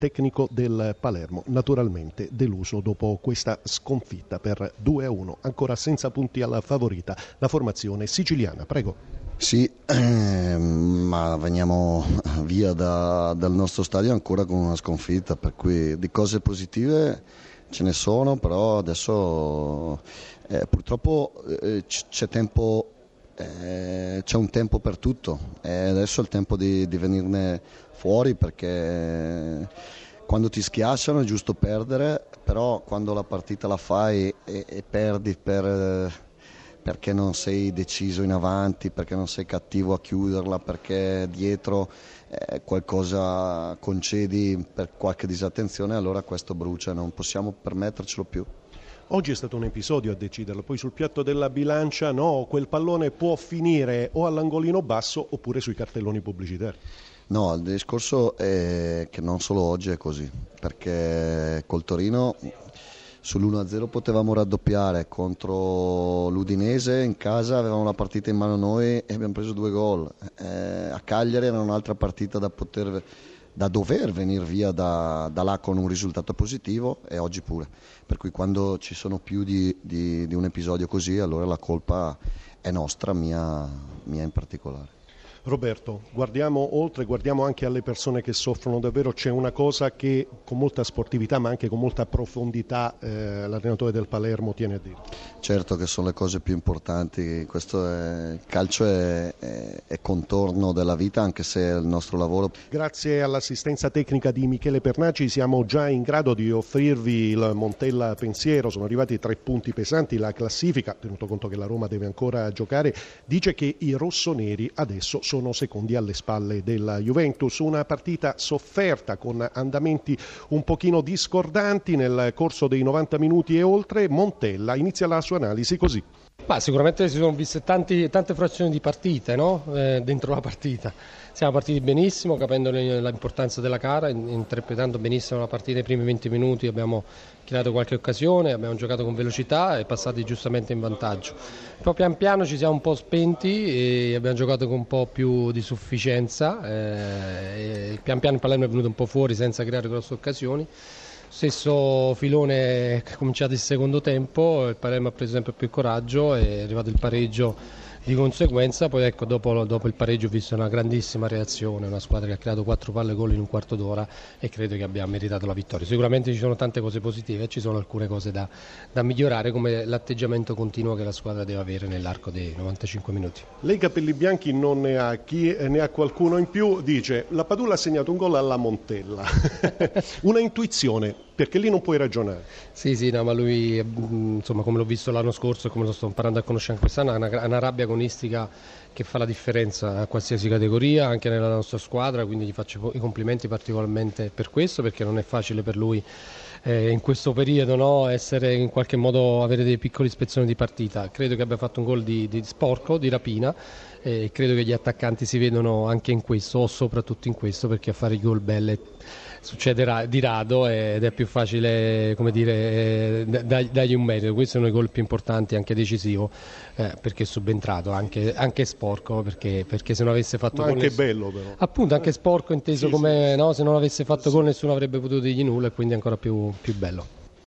tecnico del Palermo, naturalmente deluso dopo questa sconfitta per 2-1, ancora senza punti alla favorita, la formazione siciliana. Prego. Sì, ma veniamo via dal nostro stadio ancora con una sconfitta, per cui di cose positive ce ne sono, però adesso purtroppo c'è un tempo per tutto e adesso è il tempo di venirne fuori, perché quando ti schiacciano è giusto perdere, però quando la partita la fai e perdi perché non sei deciso in avanti, perché non sei cattivo a chiuderla, perché dietro qualcosa concedi per qualche disattenzione, allora questo brucia, non possiamo permettercelo più. Oggi è stato un episodio a deciderlo, poi sul piatto della bilancia no, quel pallone può finire o all'angolino basso oppure sui cartelloni pubblicitari. No, il discorso è che non solo oggi è così, perché col Torino sull'1-0 potevamo raddoppiare, contro l'Udinese in casa avevamo la partita in mano noi e abbiamo preso 2 gol, a Cagliari era un'altra partita da dover venire via da là con un risultato positivo, e oggi pure, per cui quando ci sono più di un episodio così, allora la colpa è nostra, mia in particolare. Roberto, guardiamo oltre, guardiamo anche alle persone che soffrono davvero. C'è una cosa che con molta sportività ma anche con molta profondità l'allenatore del Palermo tiene a dire. Certo che sono le cose più importanti, il calcio è contorno della vita, anche se è il nostro lavoro. Grazie all'assistenza tecnica di Michele Pernacci siamo già in grado di offrirvi il Montella pensiero, sono arrivati 3 punti pesanti, la classifica, tenuto conto che la Roma deve ancora giocare, dice che i rossoneri adesso sono secondi alle spalle della Juventus, una partita sofferta con andamenti un pochino discordanti nel corso dei 90 minuti e oltre. Montella inizia la sua analisi così. Ma sicuramente si sono viste tante frazioni di partite, no? Dentro la partita. Siamo partiti benissimo, capendo l'importanza della gara, interpretando benissimo la partita nei primi 20 minuti, abbiamo creato qualche occasione, abbiamo giocato con velocità e passati giustamente in vantaggio. Poi pian piano ci siamo un po' spenti e abbiamo giocato con un po' più di sufficienza, e pian piano il Palermo è venuto un po' fuori senza creare grosse occasioni. Stesso filone che è cominciato il secondo tempo, il Palermo ha preso sempre più coraggio e è arrivato il pareggio di conseguenza. Poi ecco, dopo il pareggio ho visto una grandissima reazione, una squadra che ha creato 4 palle gol in un quarto d'ora e credo che abbia meritato la vittoria. Sicuramente ci sono tante cose positive e ci sono alcune cose da migliorare, come l'atteggiamento continuo che la squadra deve avere nell'arco dei 95 minuti. Lei capelli bianchi non ne ha, chi ne ha qualcuno in più dice la Padula ha segnato un gol alla Montella. Una intuizione, perché lì non puoi ragionare. Sì, no, ma lui, insomma, come l'ho visto l'anno scorso e come lo sto imparando a conoscere anche quest'anno, ha una rabbia agonistica che fa la differenza a qualsiasi categoria, anche nella nostra squadra, quindi gli faccio i complimenti particolarmente per questo, perché non è facile per lui in questo periodo, no, essere in qualche modo, avere delle piccole ispezioni di partita. Credo che abbia fatto un gol di sporco, di rapina, e credo che gli attaccanti si vedono anche in questo, o soprattutto in questo, perché a fare i gol belle succederà di rado ed è più facile, come dire, dargli un merito. Questi sono i gol più importanti, anche decisivo, perché è subentrato, anche sporco, perché se non avesse fatto gol, anche bello però. Appunto, anche sporco inteso sì, come sì. No, se non avesse fatto gol nessuno avrebbe potuto dirgli nulla, e quindi ancora più bello.